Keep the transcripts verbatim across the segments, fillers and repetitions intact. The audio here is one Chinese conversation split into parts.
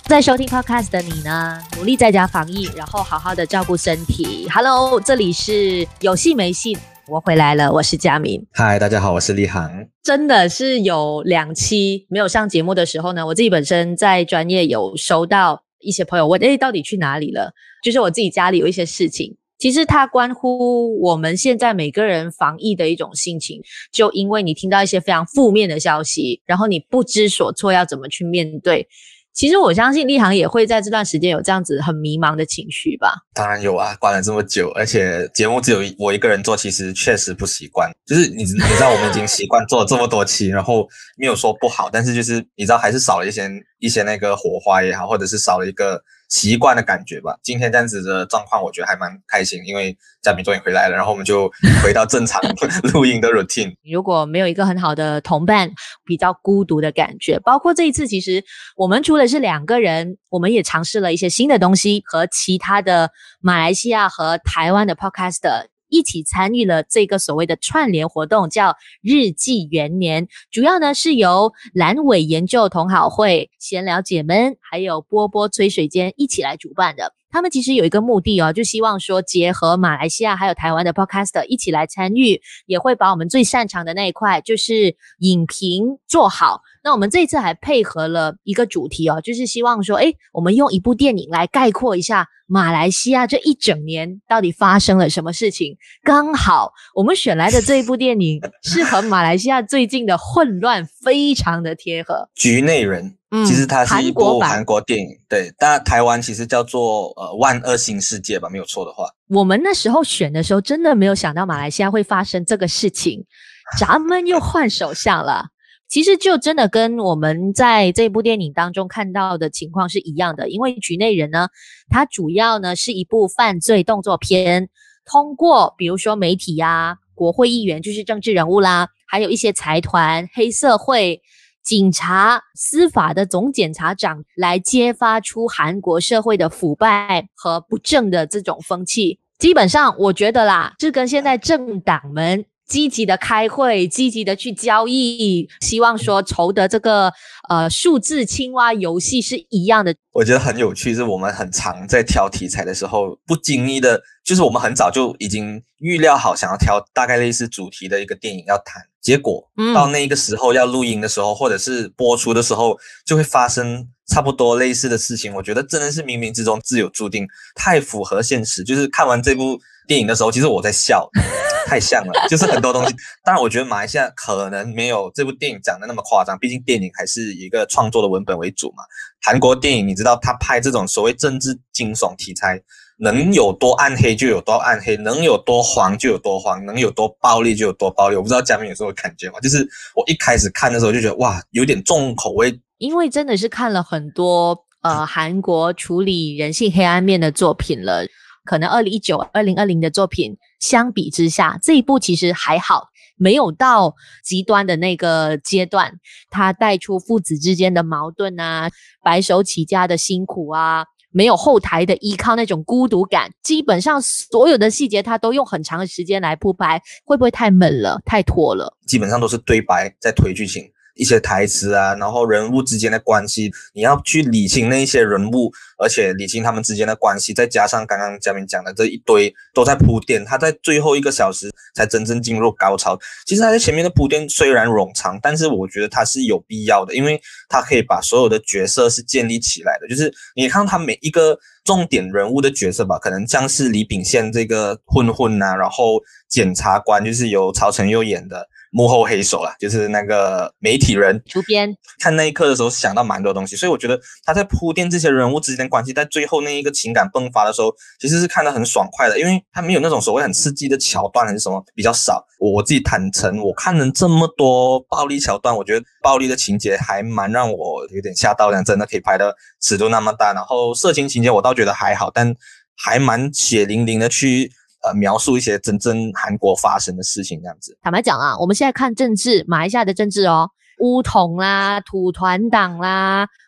在收听 podcast 的你呢，努力在家防疫，然后好好的照顾身体。Hello， 这里是有戏没戏，我回来了，我是佳明。 嗨，大家好，我是立航。 真的是有两期没有上节目的时候呢，我自己本身在专业有收到一些朋友问，诶，到底去哪里了？就是我自己家里有一些事情。其实它关乎我们现在每个人防疫的一种心情，就因为你听到一些非常负面的消息，然后你不知所措要怎么去面对。其实我相信立航也会在这段时间有这样子很迷茫的情绪吧。 当然有啊，关了这么久，而且节目只有我一个人做，其实确实不习惯。就是你你知道我们已经习惯做了这么多期，然后没有说不好，但是就是你知道还是少了一些一些那个火花也好，或者是少了一个习惯的感觉吧。今天这样子的状况我觉得还蛮开心，因为嘉宾终于回来了，然后我们就回到正常录音的 routine。 如果没有一个很好的同伴，比较孤独的感觉。包括这一次其实我们除了是两个人，我们也尝试了一些新的东西，和其他的马来西亚和台湾的 podcaster一起参与了这个所谓的串联活动，叫日记元年。主要呢是由蓝尾研究同好会、闲聊姐们还有波波吹水间一起来主办的。他们其实有一个目的哦，就希望说结合马来西亚还有台湾的 podcaster 一起来参与，也会把我们最擅长的那一块，就是影评做好。那我们这一次还配合了一个主题哦，就是希望说，诶，我们用一部电影来概括一下马来西亚这一整年到底发生了什么事情。刚好我们选来的这一部电影是和马来西亚最近的混乱非常的贴合。 局内人， 嗯， 其实它是一部韩韩国电影，对，但台湾其实叫做呃万恶新世界吧，没有错的话。 我们那时候选的时候真的没有想到马来西亚会发生这个事情，咱们又换首相了。其实就真的跟我们在这部电影当中看到的情况是一样的，因为局内人呢，它主要呢是一部犯罪动作片，通过比如说媒体啊、国会议员就是政治人物啦，还有一些财团、黑社会、警察、司法的总检察长来揭发出韩国社会的腐败和不正的这种风气。基本上我觉得啦，是跟现在政党们积极的开会，积极的去交易，希望说筹得这个呃数字青蛙游戏是一样的。 我觉得很有趣，是我们很常在挑题材的时候，不经意的，就是我们很早就已经预料好想要挑大概类似主题的一个电影要谈，结果、嗯、到那个时候要录音的时候，或者是播出的时候，就会发生差不多类似的事情。我觉得真的是冥冥之中自有注定，太符合现实。就是看完这部电影的时候，其实我在笑，太像了，就是很多东西。当然我觉得马来西亚可能没有这部电影讲的那么夸张，毕竟电影还是以一个创作的文本为主嘛。韩国电影你知道他拍这种所谓政治惊悚题材，能有多暗黑就有多暗黑，能有多黄就有多黄，能有多暴力就有多暴力。我不知道嘉宾有时候感觉吗？就是我一开始看的时候就觉得哇，有点重口味， 因为真的是看了很多呃韩国处理人性黑暗面的作品了，可能二零一九、二零二零的作品相比之下，这一部其实还好，没有到极端的那个阶段。它带出父子之间的矛盾啊，白手起家的辛苦啊，没有后台的依靠那种孤独感，基本上所有的细节它都用很长的时间来铺排。会不会太闷了，太拖了？ 基本上都是对白在推剧情，一些台词啊，然后人物之间的关系，你要去理清那一些人物，而且理清他们之间的关系，再加上刚刚嘉宾讲的这一堆都在铺垫，他在最后一个小时才真正进入高潮。其实他在前面的铺垫虽然冗长，但是我觉得他是有必要的，因为他可以把所有的角色是建立起来的。就是你看他每一个重点人物的角色吧，可能像是李秉宪这个混混啊，然后检察官就是由曹承佑演的幕后黑手啦，就是那个媒体人主编。 看那一刻的时候想到蛮多东西，所以我觉得他在铺垫这些人物之间的关系，在最后那一个情感迸发的时候，其实是看得很爽快的，因为他没有那种所谓很刺激的桥段还是什么，比较少。我我自己坦诚，我看了这么多暴力桥段，我觉得暴力的情节还蛮让我有点吓到的，真的可以拍到尺度那么大。然后色情情节我倒觉得还好，但还蛮血淋淋的去呃，描述一些真正韩国发生的事情这样子。 坦白讲啊，我们现在看政治，马来西亚的政治哦，巫统啦、土团党啦，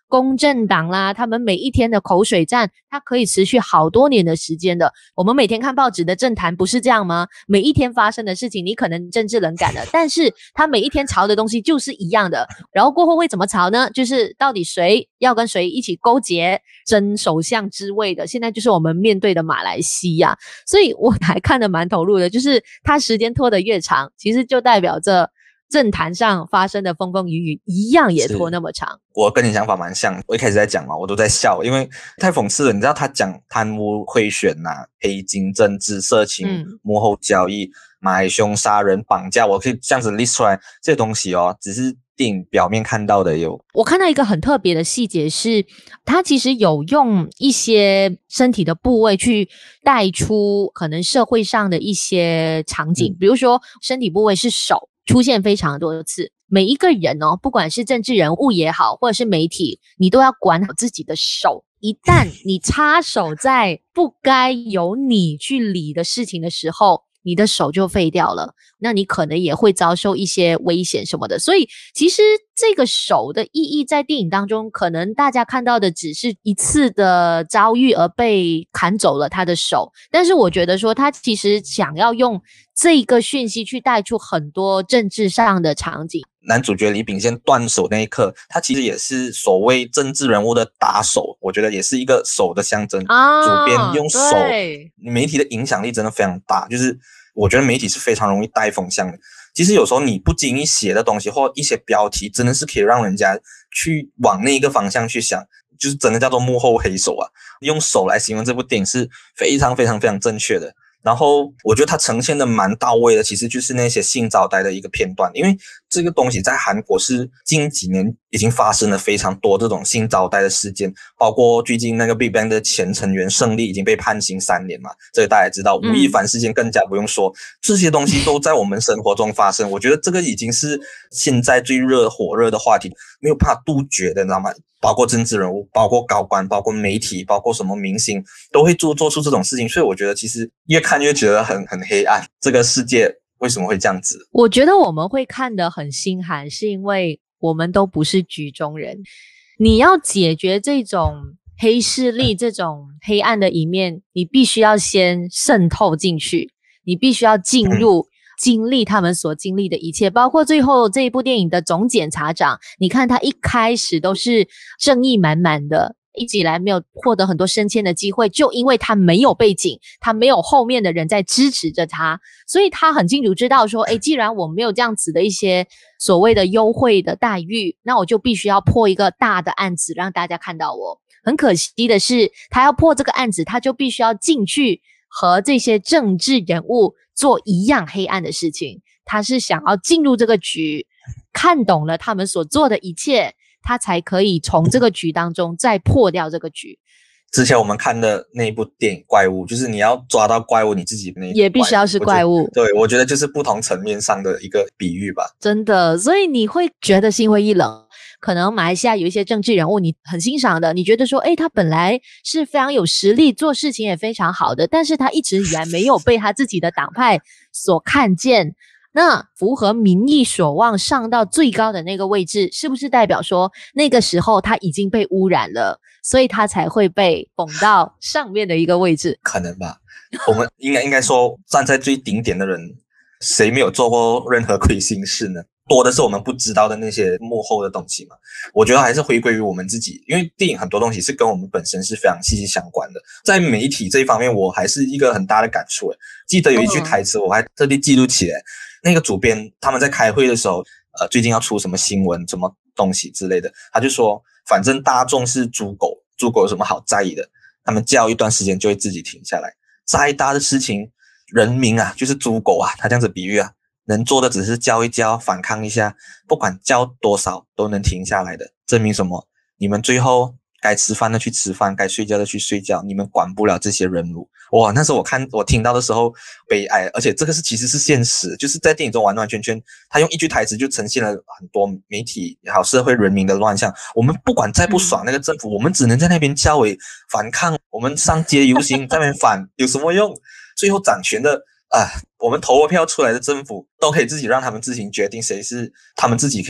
公正党啦，他们每一天的口水战，它可以持续好多年的时间的。我们每天看报纸的政坛不是这样吗？每一天发生的事情，你可能政治冷感了，但是他每一天吵的东西就是一样的。然后过后会怎么吵呢？就是到底谁要跟谁一起勾结争首相之位的，现在就是我们面对的马来西亚。所以我还看得蛮投入的，就是他时间拖得越长，其实就代表着政坛上发生的风风雨雨一样也拖那么长。 我跟你想法蛮像，我一开始在讲嘛，我都在笑，因为太讽刺了。你知道他讲贪污贿选啊、黑金政治、色情、嗯、幕后交易、买凶杀人、绑架，我可以这样子 list 出来这些东西哦，只是电影表面看到的有。 我看到一个很特别的细节是，他其实有用一些身体的部位去带出可能社会上的一些场景，嗯、比如说身体部位是手。出现非常多次，每一个人哦，不管是政治人物也好，或者是媒体，你都要管好自己的手。一旦你插手在不该由你去理的事情的时候，你的手就废掉了，那你可能也会遭受一些危险什么的。所以其实这个手的意义在电影当中，可能大家看到的只是一次的遭遇而被砍走了他的手，但是我觉得说他其实想要用这个讯息去带出很多政治上的场景。 男主角李秉宪断手那一刻，他其实也是所谓政治人物的打手，我觉得也是一个手的象征。啊、主编用手，媒体的影响力真的非常大，就是我觉得媒体是非常容易带风向的。其实有时候你不经意写的东西或一些标题，真的是可以让人家去往那一个方向去想，就是真的叫做幕后黑手啊。用手来形容这部电影是非常非常非常正确的。然后我觉得它呈现的蛮到位的，其实就是那些性招待的一个片段，因为这个东西在韩国是近几年已经发生了非常多这种性招待的事件，包括最近那个 Big Bang 的前成员胜利已经被判刑三年嘛，这个大家也知道，吴亦凡事件更加不用说，嗯、这些东西都在我们生活中发生，我觉得这个已经是现在最热火热的话题，没有办法杜绝的，你知道吗？包括政治人物，包括高官，包括媒体，包括什么明星都会做做出这种事情，所以我觉得其实越看越觉得很很黑暗，这个世界为什么会这样子？ 我觉得我们会看得很心寒，是因为我们都不是局中人。你要解决这种黑势力、这种黑暗的一面，你必须要先渗透进去，你必须要进入、嗯经历他们所经历的一切，包括最后这一部电影的总检察长，你看他一开始都是正义满满的，一直以来没有获得很多升迁的机会，就因为他没有背景，他没有后面的人在支持着他，所以他很清楚知道说，诶，既然我没有这样子的一些所谓的优惠的待遇，那我就必须要破一个大的案子让大家看到我。很可惜的是，他要破这个案子，他就必须要进去和这些政治人物做一样黑暗的事情，他是想要进入这个局，看懂了他们所做的一切，他才可以从这个局当中再破掉这个局。 之前我们看的那一部电影怪物，就是你要抓到怪物，你自己那一也必须要是怪物。 对，我觉得就是不同层面上的一个比喻吧。 真的，所以你会觉得心灰意冷。可能马来西亚有一些政治人物你很欣赏的，你觉得说诶他本来是非常有实力，做事情也非常好的，但是他一直以来没有被他自己的党派所看见，那符合民意所望上到最高的那个位置，是不是代表说那个时候他已经被污染了，所以他才会被捧到上面的一个位置？ 可能吧，我们应该应该说站在最顶点的人谁没有做过任何亏心事呢？多的是我们不知道的那些幕后的东西嘛。我觉得还是回归于我们自己，因为电影很多东西是跟我们本身是非常息息相关的。在媒体这一方面，我还是一个很大的感触。记得有一句台词，我还特地记录起来。那个主编他们在开会的时候，呃，最近要出什么新闻、什么东西之类的，他就说，反正大众是猪狗，猪狗有什么好在意的？他们叫一段时间就会自己停下来。再大的事情，人民啊，就是猪狗啊，他这样子比喻啊。能做的只是叫一叫，反抗一下，不管叫多少都能停下来的。证明什么？你们最后该吃饭的去吃饭，该睡觉的去睡觉，你们管不了这些人物。哇，那时候我看我听到的时候悲哀，而且这个是其实是现实，就是在电影中完完全全他用一句台词就呈现了很多媒体也好社会人民的乱象。我们不管再不爽那个政府，我们只能在那边叫为反抗，我们上街游行在那边反有什么用？最后掌权的啊，我们投票出来的政府都可以自己让他们自行决定谁是他们自己可以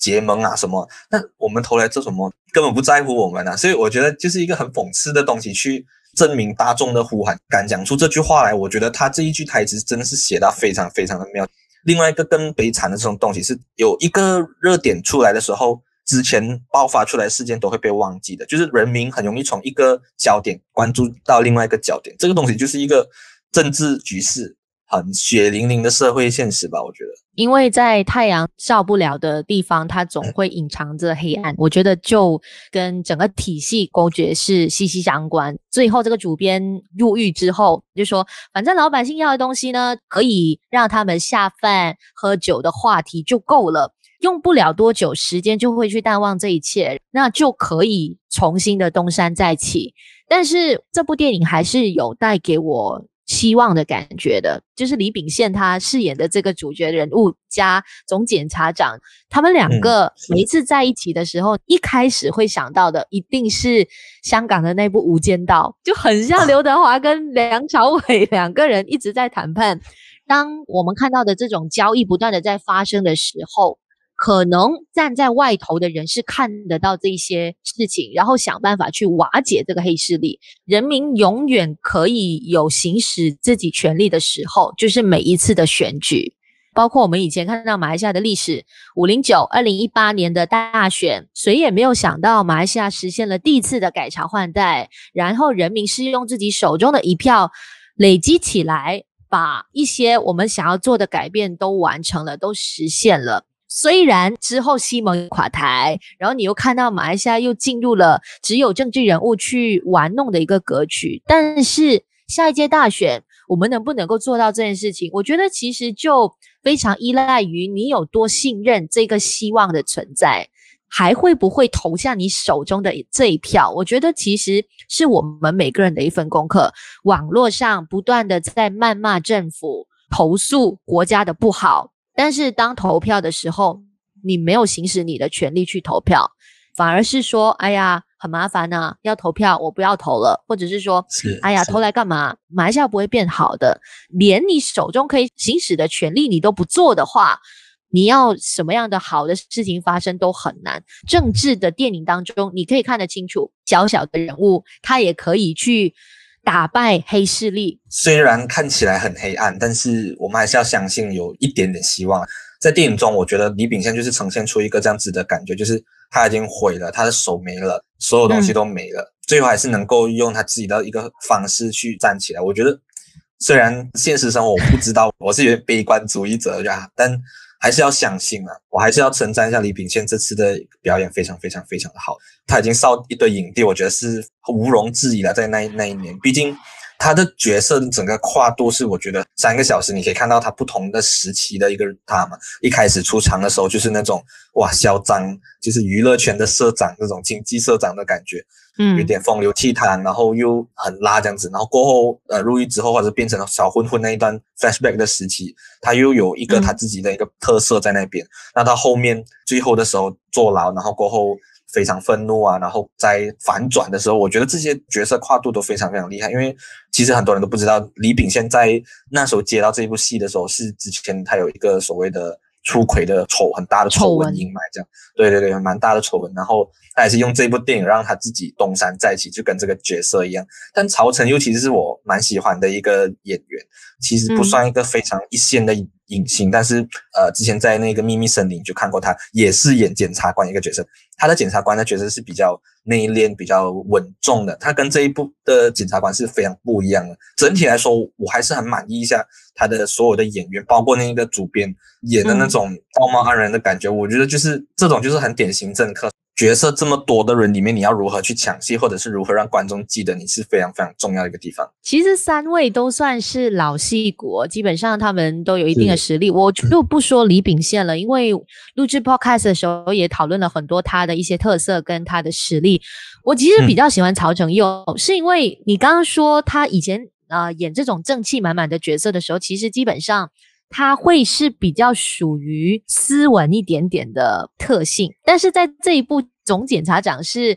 结盟啊什么，那我们投来做什么根本不在乎我们啊，所以我觉得就是一个很讽刺的东西，去证明大众的呼喊。敢讲出这句话来，我觉得他这一句台词真的是写得非常非常的妙。另外一个更悲惨的这种东西是，有一个热点出来的时候，之前爆发出来的事件都会被忘记的，就是人民很容易从一个焦点关注到另外一个焦点，这个东西就是一个政治局势很血淋淋的社会现实吧，我觉得。 因为在太阳照不了的地方，它总会隐藏着黑暗，我觉得就跟整个体系勾结是息息相关。最后这个主编入狱之后就说，反正老百姓要的东西呢，可以让他们下饭喝酒的话题就够了，用不了多久时间就会去淡忘这一切，那就可以重新的东山再起。但是这部电影还是有带给我希望的感觉的，就是李秉宪他饰演的这个主角人物加总检察长，他们两个每一次在一起的时候、嗯、一开始会想到的一定是香港的那部《无间道》，就很像刘德华跟梁朝伟两个人一直在谈判。当我们看到的这种交易不断的在发生的时候，可能站在外头的人是看得到这些事情，然后想办法去瓦解这个黑势力。人民永远可以有行使自己权利的时候，就是每一次的选举。包括我们以前看到马来西亚的历史，五零九、二零一八年的大选，谁也没有想到马来西亚实现了第一次的改朝换代，然后人民是用自己手中的一票累积起来，把一些我们想要做的改变都完成了，都实现了。虽然之后西蒙垮台，然后你又看到马来西亚又进入了只有政治人物去玩弄的一个格局，但是下一届大选我们能不能够做到这件事情，我觉得其实就非常依赖于你有多信任这个希望的存在，还会不会投向你手中的这一票。我觉得其实是我们每个人的一份功课。网络上不断的在谩骂政府，投诉国家的不好，但是当投票的时候，你没有行使你的权利去投票，反而是说哎呀很麻烦啊，要投票我不要投了，或者是说是哎呀投来干嘛，马来西亚不会变好的。连你手中可以行使的权利你都不做的话，你要什么样的好的事情发生都很难。政治的电影当中你可以看得清楚，小小的人物他也可以去打败黑势力。 虽然看起来很黑暗，但是我们还是要相信有一点点希望。在电影中我觉得李秉宪就是呈现出一个这样子的感觉，就是他已经毁了，他的手没了，所有东西都没了、嗯、最后还是能够用他自己的一个方式去站起来。我觉得虽然现实生活我不知道，我是有点悲观主义者呀，但还是要相信啊，我还是要称赞一下李秉宪这次的表演非常非常非常的好。他已经烧一堆影帝，我觉得是毋庸置疑了，在那那一年。毕竟他的角色整个跨度是我觉得三个小时你可以看到他不同的时期的一个他嘛。一开始出场的时候就是那种哇嚣张，就是娱乐圈的社长，那种经济社长的感觉，嗯，有点风流倜傥，然后又很辣这样子。然后过后呃入狱之后或者变成了小混混那一段 flashback 的时期，他又有一个他自己的一个特色在那边、嗯、那到后面最后的时候坐牢，然后过后非常愤怒啊，然后在反转的时候，我觉得这些角色跨度都非常非常厉害。因为其实很多人都不知道，李秉宪在那时候接到这部戏的时候，是之前他有一个所谓的出轨的丑很大的丑闻阴霾这样，对对对，蛮大的丑闻。然后他也是用这部电影让他自己东山再起，就跟这个角色一样。但曹承佑其实是我蛮喜欢的一个演员，其实不算一个非常一线的影星、嗯、但是呃，之前在那个秘密森林就看过他，也是演检察官一个角色。他的检察官的角色是比较内敛比较稳重的，他跟这一部的检察官是非常不一样的。整体来说我还是很满意一下他的所有的演员，包括那个主编演的那种道貌岸然的感觉、嗯、我觉得就是这种就是很典型政客角色。这么多的人里面，你要如何去抢戏，或者是如何让观众记得你，是非常非常重要的一个地方。 其实三位都算是老戏骨，基本上他们都有一定的实力。我就不说李秉宪了，因为录制 podcast 的时候也讨论了很多他的一些特色跟他的实力。我其实比较喜欢曹承佑、嗯、是因为你刚刚说他以前呃演这种正气满满的角色的时候，其实基本上他会是比较属于斯文一点点的特性，但是在这一部总检察长是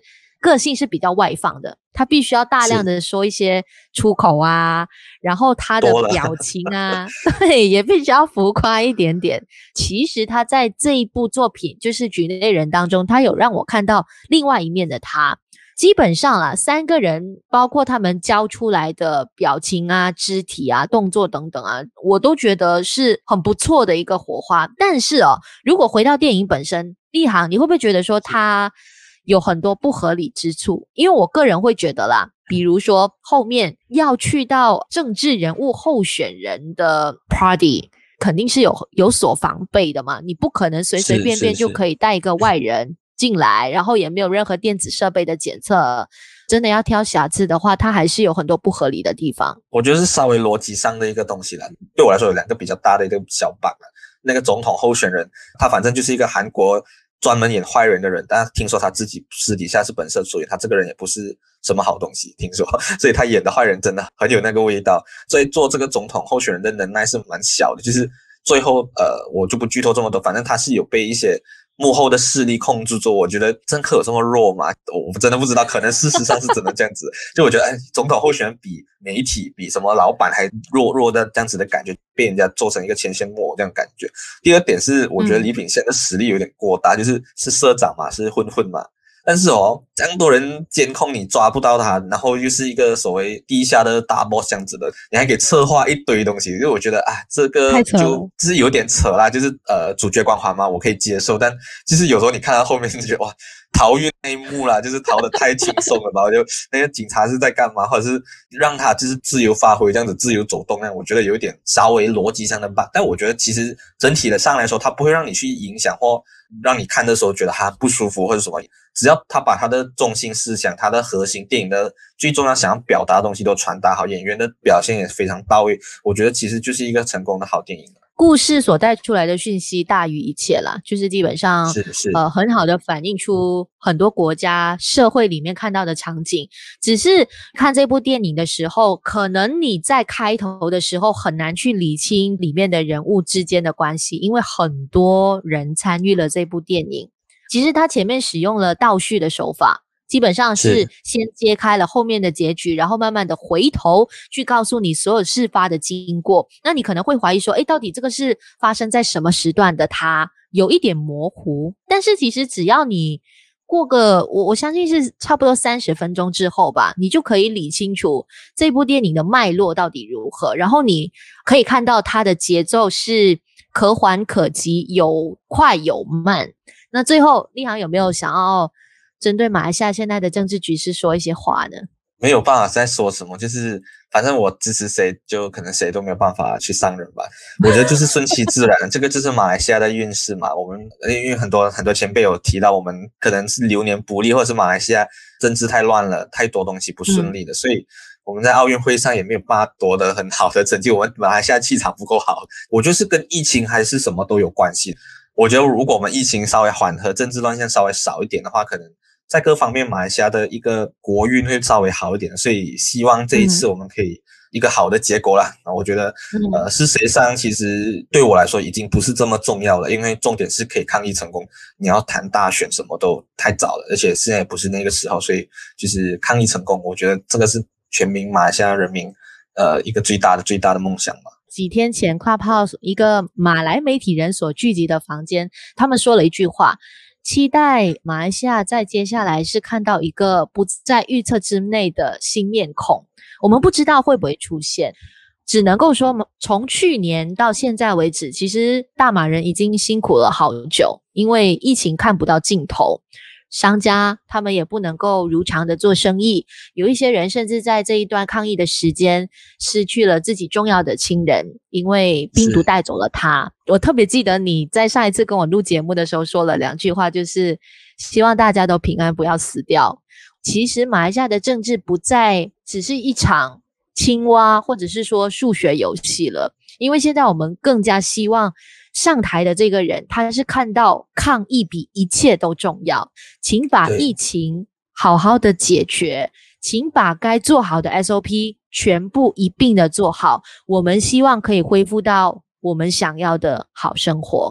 个性是比较外放的，他必须要大量的说一些出口啊，然后他的表情啊对，也必须要浮夸一点点。其实他在这一部作品就是局内人当中，他有让我看到另外一面的他。基本上啊，三个人包括他们交出来的表情啊、肢体啊、动作等等啊，我都觉得是很不错的一个火花。但是哦，如果回到电影本身，立航你会不会觉得说它有很多不合理之处？因为我个人会觉得啦，比如说后面要去到政治人物候选人的 party， 肯定是有有所防备的嘛，你不可能随随便便就可以带一个外人进来，然后也没有任何电子设备的检测，真的要挑瑕疵的话，它还是有很多不合理的地方。 我觉得是稍微逻辑上的一个东西啦。对我来说有两个比较大的一个小 bug 啦。那个总统候选人，他反正就是一个韩国专门演坏人的人，但听说他自己私底下是本色出演，他这个人也不是什么好东西，听说，所以他演的坏人真的很有那个味道。所以做这个总统候选人的能耐是蛮小的，就是最后呃，我就不剧透这么多，反正他是有被一些幕后的势力控制住。我觉得政客有这么弱吗？我真的不知道，可能事实上是真的这样子。就我觉得，哎，总统候选人比媒体、比什么老板还弱弱的这样子的感觉，被人家做成一个牵线木偶这样感觉。第二点是，我觉得李秉宪的实力有点过大，嗯、就是是社长嘛，是混混嘛。但是哦，这样多人监控你抓不到他，然后又是一个所谓地下的大 boss 这样子的，你还给策划一堆东西，就我觉得啊，这个就就是有点扯啦，就是呃主角光环嘛，我可以接受，但就是有时候你看到后面就觉得哇，逃狱那一幕啦，就是逃得太轻松了吧，我就那些警察是在干嘛，或者是让他就是自由发挥这样子自由走动那样，我觉得有一点稍微逻辑上的 bug， 但我觉得其实整体的上来说，它不会让你去影响或让你看的时候觉得他不舒服或者什么。只要他把他的中心思想，他的核心电影的最重要想要表达的东西都传达好，演员的表现也非常到位，我觉得其实就是一个成功的好电影了。 故事所带出来的讯息大于一切啦，就是基本上是是呃很好的反映出很多国家社会里面看到的场景。只是看这部电影的时候，可能你在开头的时候很难去理清里面的人物之间的关系，因为很多人参与了这部电影。其实他前面使用了倒叙的手法，基本上是先揭开了后面的结局，然后慢慢的回头去告诉你所有事发的经过。那你可能会怀疑说，诶，到底这个是发生在什么时段的？它有一点模糊。但是其实只要你过个我我相信是差不多三十分钟之后吧，你就可以理清楚这部电影的脉络到底如何，然后你可以看到它的节奏是可缓可急，有快有慢。那最后立航有没有想要针对马来西亚现在的政治局势说一些话呢？ 没有办法再说什么，就是反正我支持谁，就可能谁都没有办法去伤人吧。我觉得就是顺其自然，这个就是马来西亚的运势嘛。我们因为很多很多前辈有提到，我们可能是流年不利，或者是马来西亚政治太乱了，太多东西不顺利的，嗯、所以我们在奥运会上也没有办法夺得很好的成绩。我们马来西亚气场不够好，我觉得是跟疫情还是什么都有关系。我觉得如果我们疫情稍微缓和，政治乱象稍微少一点的话，可能在各方面马来西亚的一个国运会稍微好一点，所以希望这一次我们可以一个好的结果啦。嗯、我觉得呃是谁上其实对我来说已经不是这么重要了，因为重点是可以抗疫成功。你要谈大选什么都太早了，而且现在也不是那个时候，所以就是抗疫成功，我觉得这个是全民马来西亚人民呃一个最大的最大的梦想嘛。 几天前 Clubhouse 一个马来媒体人所聚集的房间，他们说了一句话，期待马来西亚在接下来是看到一个不在预测之内的新面孔，我们不知道会不会出现，只能够说从去年到现在为止，其实大马人已经辛苦了好久，因为疫情看不到尽头，商家他们也不能够如常的做生意，有一些人甚至在这一段抗疫的时间失去了自己重要的亲人，因为病毒带走了他。我特别记得你在上一次跟我录节目的时候说了两句话，就是希望大家都平安，不要死掉。其实马来西亚的政治不再只是一场青蛙或者是说数学游戏了，因为现在我们更加希望上台的这个人，他是看到抗疫比一切都重要，请把疫情好好的解决，请把该做好的 S O P 全部一并的做好，我们希望可以恢复到我们想要的好生活。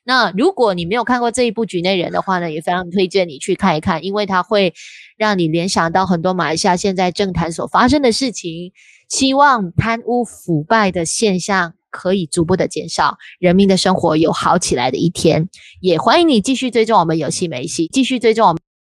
那如果你没有看过这一部《局内人》的话呢，也非常推荐你去看一看，因为它会让你联想到很多马来西亚现在政坛所发生的事情，希望贪污腐败的现象可以逐步的减少，人民的生活有好起来的一天。也欢迎你继续追踪我们有戏没戏，继续追踪我们